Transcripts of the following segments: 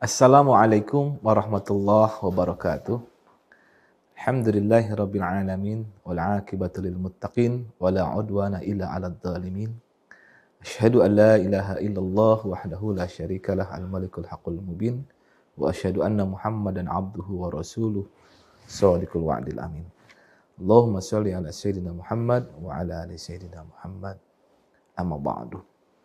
Assalamualaikum warahmatullahi wabarakatuh. Alhamdulillahirabbil alamin wal 'aqibatu lil muttaqin wala 'udwana illa 'alal zalimin. Asyhadu an la ilaha illallah wahdahu la syarikalah al-malikul haqqul mubin wa asyhadu anna Muhammadan 'abduhu wa rasuluh shadiqul wa'dil amin. Allahumma shalli ala sayyidina Muhammad wa ala ali sayyidina Muhammad. Amma ba'du.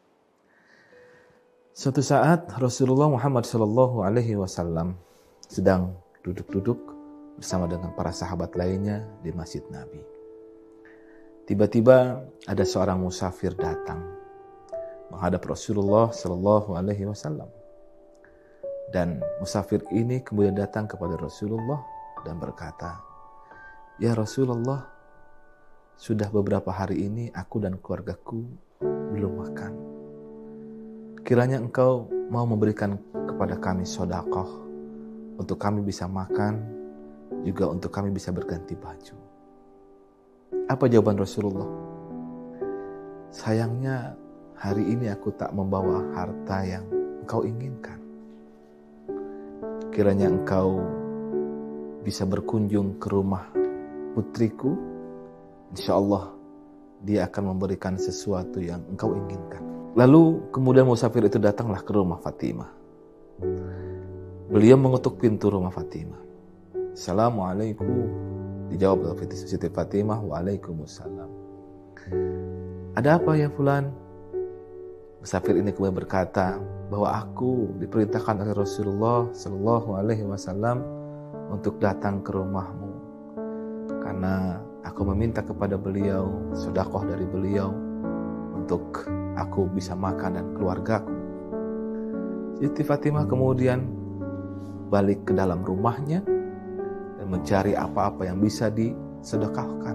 Suatu saat Rasulullah Muhammad sallallahu alaihi wasallam sedang duduk-duduk bersama dengan para sahabat lainnya di Masjid Nabi. Tiba-tiba ada seorang musafir datang menghadap Rasulullah sallallahu alaihi wasallam. Dan musafir ini kemudian datang kepada Rasulullah dan berkata, "Ya Rasulullah, sudah beberapa hari ini aku dan keluargaku belum makan. Kiranya engkau mau memberikan kepada kami sedekah untuk kami bisa makan, juga untuk kami bisa berganti baju." Apa jawaban Rasulullah? "Sayangnya hari ini aku tak membawa harta yang engkau inginkan. Kiranya engkau bisa berkunjung ke rumah putriku, insya Allah dia akan memberikan sesuatu yang engkau inginkan." Lalu kemudian musafir itu datanglah ke rumah Fatimah. Beliau mengetuk pintu rumah Fatimah. "Assalamualaikum." Dijawab oleh Siti Fatimah, "Waalaikumsalam." "Ada apa ya fulan?" Musafir ini kemudian berkata bahwa aku diperintahkan oleh Rasulullah Sallallahu Alaihi Wasallam untuk datang ke rumahmu karena aku meminta kepada beliau sedekah dari beliau untuk aku bisa makan dan keluargaku. Siti Fatimah kemudian balik ke dalam rumahnya dan mencari apa-apa yang bisa disedekahkan.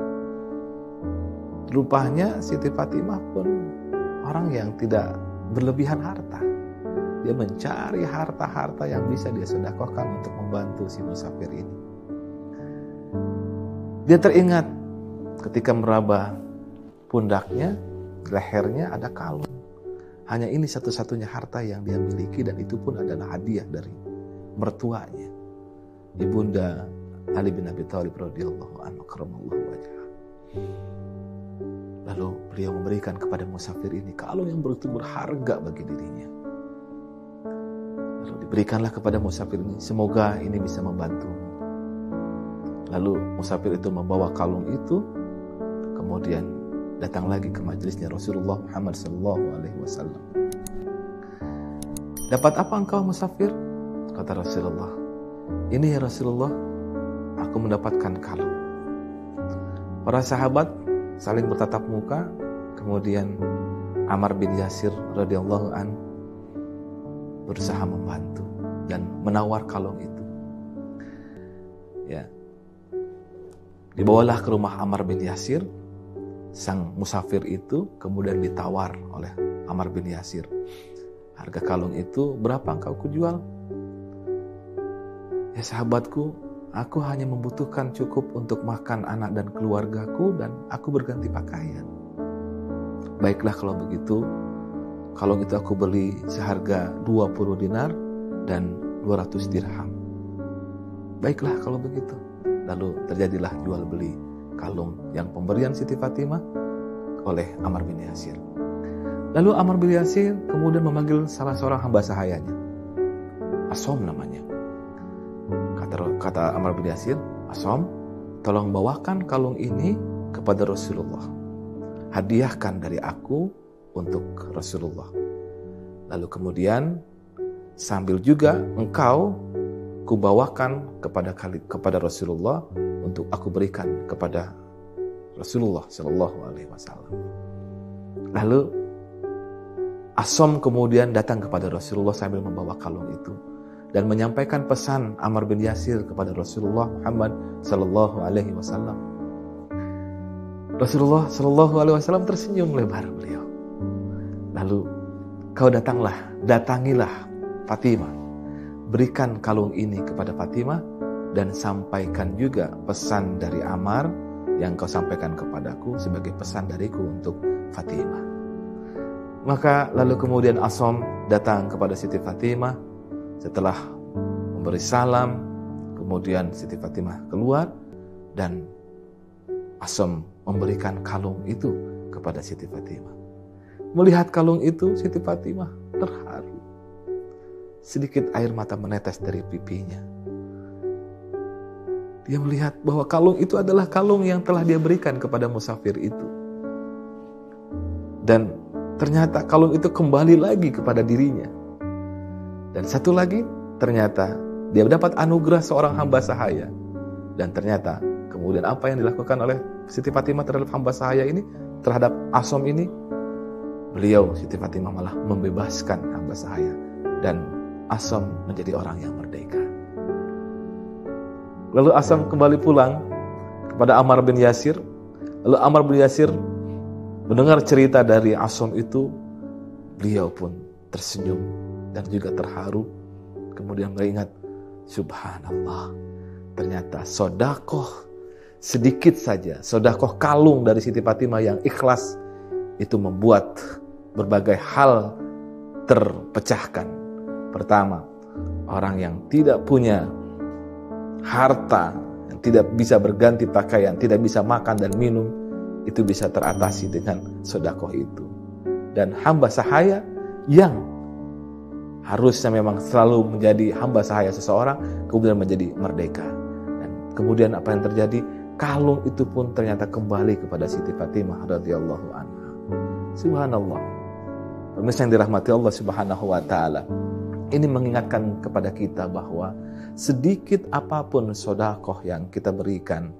Rupanya Siti Fatimah pun orang yang tidak berlebihan harta. Dia mencari harta-harta yang bisa dia sedekahkan untuk membantu si musafir ini. Dia teringat ketika meraba pundaknya, lehernya ada kalung. Hanya ini satu-satunya harta yang dia miliki, dan itu pun adalah hadiah dari mertuanya, Ibunda Ali bin Abi Thalib radhiyallahu anhu karramallahu wajhah. Lalu beliau memberikan kepada musafir ini kalung yang begitu berharga bagi dirinya. Lalu diberikanlah kepada musafir ini, "Semoga ini bisa membantumu." Lalu musafir itu membawa kalung itu, kemudian datang lagi ke majelisnya Rasulullah Muhammad sallallahu alaihi wasallam. "Dapat apa engkau musafir?" Kata Rasulullah. "Ini ya Rasulullah, aku mendapatkan kalung." Para sahabat saling bertatap muka, kemudian Ammar bin Yasir radhiyallahu an berusaha membantu dan menawar kalung itu. Ya. Dibawalah ke rumah Ammar bin Yasir. Sang musafir itu kemudian ditawar oleh Ammar bin Yasir. "Harga kalung itu berapa engkau kujual?" "Ya sahabatku, aku hanya membutuhkan cukup untuk makan anak dan keluargaku dan aku berganti pakaian." "Baiklah kalau begitu, kalung itu aku beli seharga 20 dinar dan 200 dirham." "Baiklah kalau begitu." Lalu terjadilah jual beli kalung yang pemberian Siti Fatimah oleh Ammar bin Yasir. Lalu Ammar bin Yasir kemudian memanggil salah seorang hamba sahayanya, Asom namanya. Kata Ammar bin Yasir, "Asom, tolong bawakan kalung ini kepada Rasulullah. Hadiahkan dari aku untuk Rasulullah. Lalu kemudian sambil juga engkau kubawakan kepada Rasulullah untuk aku berikan kepada Rasulullah Sallallahu Alaihi Wasallam." Lalu Asom kemudian datang kepada Rasulullah sambil membawa kalung itu dan menyampaikan pesan Ammar bin Yasir kepada Rasulullah Muhammad Sallallahu Alaihi Wasallam. Rasulullah Sallallahu Alaihi Wasallam tersenyum lebar beliau. Lalu, datangilah Fatimah. Berikan kalung ini kepada Fatimah dan sampaikan juga pesan dari Ammar yang kau sampaikan kepadaku sebagai pesan dariku untuk Fatimah. Maka lalu kemudian Asom datang kepada Siti Fatimah Setelah memberi salam, kemudian Siti Fatimah keluar dan Asom memberikan kalung itu kepada Siti Fatimah. Melihat kalung itu, Siti Fatimah terharu. Sedikit air mata menetes dari pipinya. Dia melihat bahwa kalung itu adalah kalung yang telah dia berikan kepada musafir itu. Dan ternyata kalung itu kembali lagi kepada dirinya. Dan satu lagi, ternyata dia mendapat anugerah seorang hamba sahaya. Dan ternyata kemudian apa yang dilakukan oleh Siti Fatimah terhadap hamba sahaya ini, terhadap Asom ini, beliau, Siti Fatimah, malah membebaskan hamba sahaya. Dan Asom menjadi orang yang merdeka. Lalu Asom kembali pulang kepada Ammar bin Yasir. Lalu Ammar bin Yasir mendengar cerita dari Asom itu, beliau pun tersenyum dan juga terharu. Kemudian mengingat, subhanallah, ternyata sodakoh sedikit saja, sodakoh kalung dari Siti Fatimah yang ikhlas, itu membuat berbagai hal terpecahkan. Pertama, orang yang tidak punya harta, yang tidak bisa berganti pakaian, tidak bisa makan dan minum, itu bisa teratasi dengan sodakoh itu. Dan hamba sahaya yang harusnya memang selalu menjadi hamba sahaya seseorang, kemudian menjadi merdeka. Dan kemudian apa yang terjadi? Kalung itu pun ternyata kembali kepada Siti Fatimah radhiyallahu anha. Subhanallah. Pemirsa yang dirahmati Allah Subhanahu wa taala. Ini mengingatkan kepada kita bahwa sedikit apapun sodakoh yang kita berikan,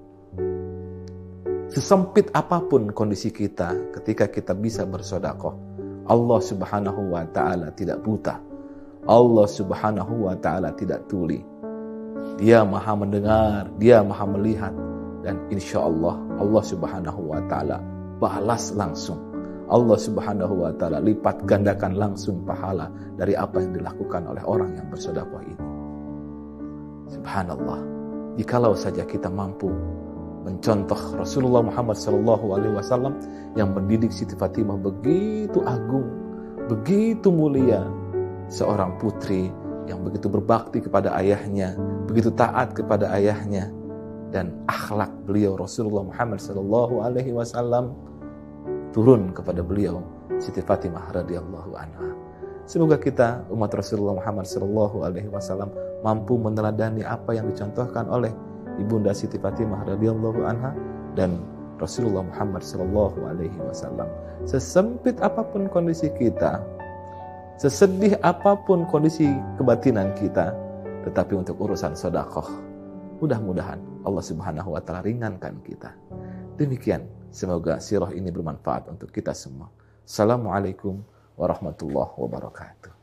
sesempit apapun kondisi kita, ketika kita bisa bersodakoh, Allah Subhanahu wa ta'ala tidak buta. Allah Subhanahu wa ta'ala tidak tuli. Dia maha mendengar, dia maha melihat. Dan insya Allah, Allah Subhanahu wa ta'ala balas langsung. Allah Subhanahu wa ta'ala lipat gandakan langsung pahala dari apa yang dilakukan oleh orang yang bersedekah ini. Subhanallah. Jikalau saja kita mampu mencontoh Rasulullah Muhammad SAW yang mendidik Siti Fatimah begitu agung, begitu mulia, seorang putri yang begitu berbakti kepada ayahnya, begitu taat kepada ayahnya, dan akhlak beliau Rasulullah Muhammad SAW turun kepada beliau Siti Fatimah radhiyallahu anha. Semoga kita umat Rasulullah Muhammad SAW mampu meneladani apa yang dicontohkan oleh Ibunda Siti Fatimah radhiyallahu anha dan Rasulullah Muhammad SAW. Sesempit apapun kondisi kita, sesedih apapun kondisi kebatinan kita, tetapi untuk urusan sedekah, mudah-mudahan Allah Subhanahu wa ta'ala ringankan kita. Demikian, semoga sirah ini bermanfaat untuk kita semua. Assalamualaikum warahmatullahi wabarakatuh.